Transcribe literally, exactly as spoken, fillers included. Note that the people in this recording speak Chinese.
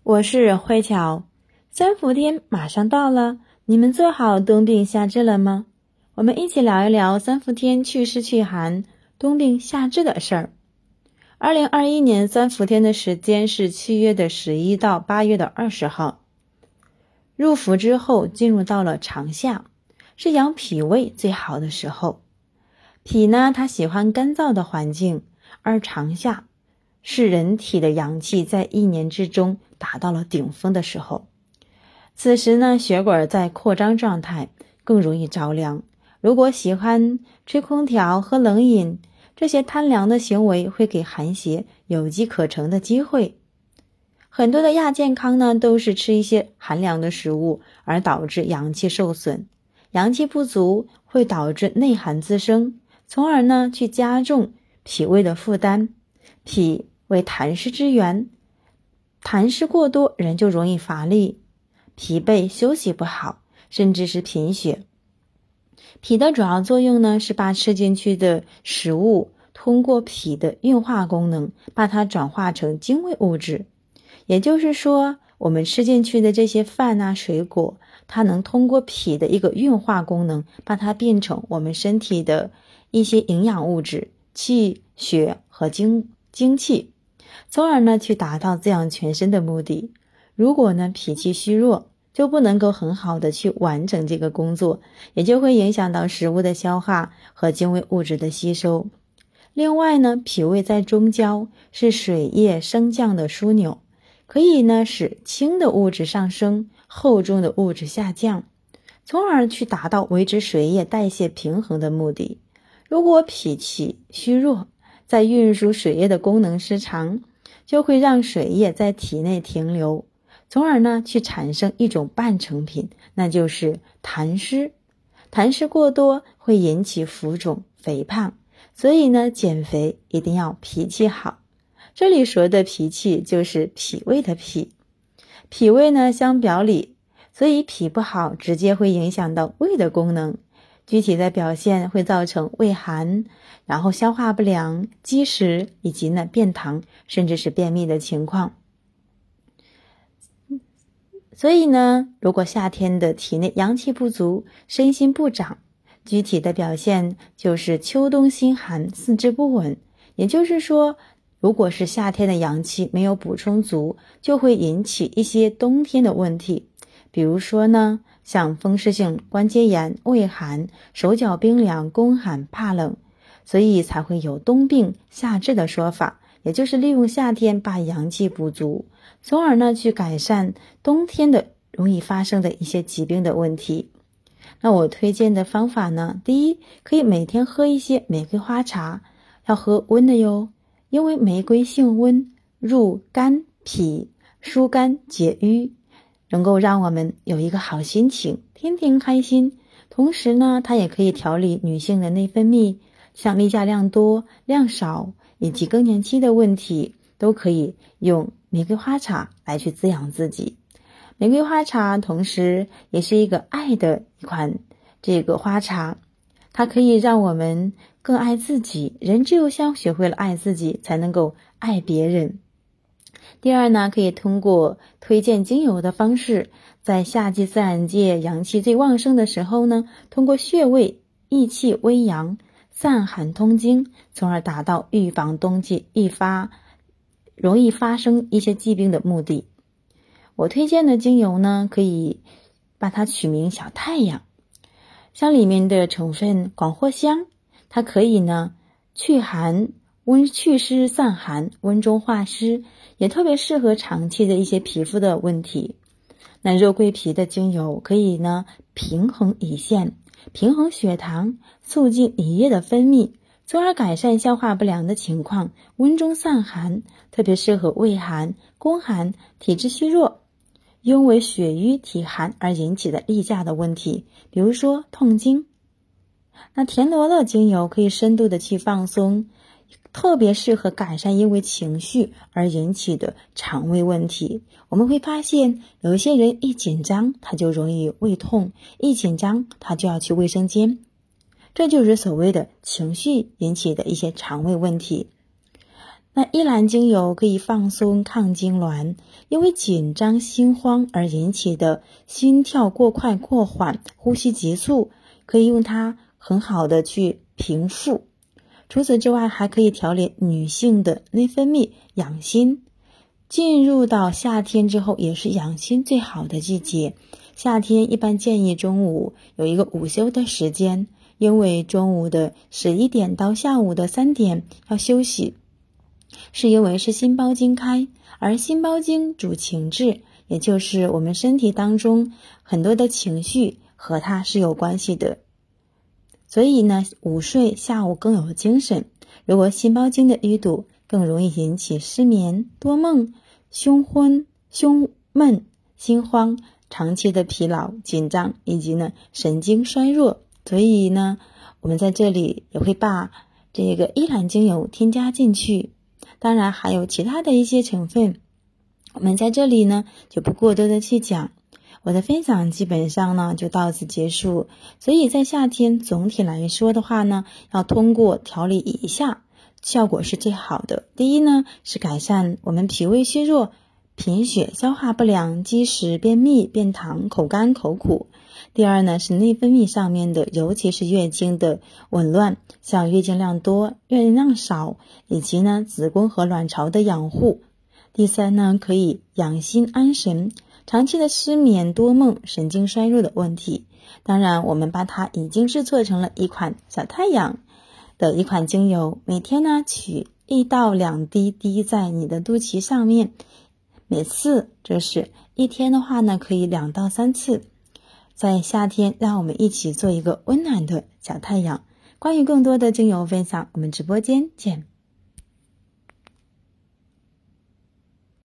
我是慧巧，三伏天马上到了，你们做好冬病夏治了吗？我们一起聊一聊三伏天祛湿祛寒、冬病夏治的事儿。二零二一年三伏天的时间是七月的十一到八月的二十号。入伏之后进入到了长夏，是养脾胃最好的时候。脾呢，它喜欢干燥的环境，而长夏是人体的阳气在一年之中达到了顶峰的时候。此时呢，血管在扩张状态，更容易着凉。如果喜欢吹空调、喝冷饮，这些贪凉的行为会给寒邪有机可乘的机会。很多的亚健康呢，都是吃一些寒凉的食物而导致阳气受损。阳气不足会导致内寒滋生，从而呢去加重脾胃的负担。脾为痰湿之源，痰湿过多，人就容易乏力，疲惫，休息不好，甚至是贫血。脾的主要作用呢，是把吃进去的食物通过脾的运化功能，把它转化成精微物质。也就是说，我们吃进去的这些饭啊、水果，它能通过脾的一个运化功能，把它变成我们身体的一些营养物质、气血和精精气，从而呢去达到滋养全身的目的。如果呢脾气虚弱，就不能够很好的去完成这个工作，也就会影响到食物的消化和精微物质的吸收。另外呢，脾胃在中焦，是水液升降的枢纽，可以呢使轻的物质上升，厚重的物质下降，从而去达到维持水液代谢平衡的目的。如果脾气虚弱，在运输水液的功能失常，就会让水液在体内停留，从而呢去产生一种半成品，那就是痰湿。痰湿过多会引起浮肿肥胖，所以呢减肥一定要脾气好。这里说的脾气就是脾胃的脾。脾胃呢相表里，所以脾不好直接会影响到胃的功能，具体的表现会造成胃寒，然后消化不良、积食以及呢便溏甚至是便秘的情况。所以呢，如果夏天的体内阳气不足，身心不长，具体的表现就是秋冬心寒、四肢不稳。也就是说，如果是夏天的阳气没有补充足，就会引起一些冬天的问题。比如说呢，像风湿性关节炎、畏寒、手脚冰凉、宫寒、怕冷，所以才会有冬病夏治的说法，也就是利用夏天把阳气补足，从而呢去改善冬天的容易发生的一些疾病的问题。那我推荐的方法呢，第一，可以每天喝一些玫瑰花茶，要喝温的哟，因为玫瑰性温，入肝脾，疏肝解郁，能够让我们有一个好心情，天天开心。同时呢，它也可以调理女性的内分泌，像例假量多、量少以及更年期的问题，都可以用玫瑰花茶来去滋养自己。玫瑰花茶同时也是一个爱的一款这个花茶，它可以让我们更爱自己。人只有先学会了爱自己，才能够爱别人。第二呢，可以通过推荐精油的方式，在夏季自然界阳气最旺盛的时候呢，通过穴位益气微阳，散寒通经，从而达到预防冬季易发容易发生一些疾病的目的。我推荐的精油呢，可以把它取名小太阳。像里面的成分广藿香，它可以呢祛寒、温祛湿、散寒、温中化湿，也特别适合长期的一些皮肤的问题。那肉桂皮的精油可以呢平衡胰腺，平衡血糖，促进胰液的分泌，从而改善消化不良的情况，温中散寒，特别适合胃寒、宫寒、体质虚弱，因为血瘀体寒而引起的例假的问题，比如说痛经。那田螺的精油可以深度的去放松，特别适合改善因为情绪而引起的肠胃问题。我们会发现有一些人一紧张他就容易胃痛，一紧张他就要去卫生间，这就是所谓的情绪引起的一些肠胃问题。 那依兰精油可以放松抗痉挛，因为紧张心慌而引起的心跳过快过缓、呼吸急促，可以用它很好的去平复。除此之外，还可以调理女性的内分泌，养心。进入到夏天之后，也是养心最好的季节。夏天一般建议中午有一个午休的时间，因为中午的十一点到下午的三点要休息，是因为是心包经开，而心包经主情志，也就是我们身体当中很多的情绪和它是有关系的。所以呢，午睡下午更有精神。如果心包经的淤堵，更容易引起失眠、多梦、胸昏、胸闷、心慌、长期的疲劳、紧张，以及呢神经衰弱。所以呢，我们在这里也会把这个依兰精油添加进去。当然还有其他的一些成分，我们在这里呢就不过多的去讲。我的分享基本上呢就到此结束。所以在夏天总体来说的话呢，要通过调理以下效果是最好的。第一呢，是改善我们脾胃虚弱、贫血、消化不良、积食、便秘、便溏、口干口苦。第二呢，是内分泌上面的，尤其是月经的紊乱，像月经量多、月经量少，以及呢子宫和卵巢的养护。第三呢，可以养心安神，长期的失眠、多梦、神经衰弱的问题。当然我们把它已经制作成了一款小太阳的一款精油，每天呢取一到两滴滴在你的肚脐上面，每次就是一天的话呢可以两到三次。在夏天让我们一起做一个温暖的小太阳。关于更多的精油分享，我们直播间见。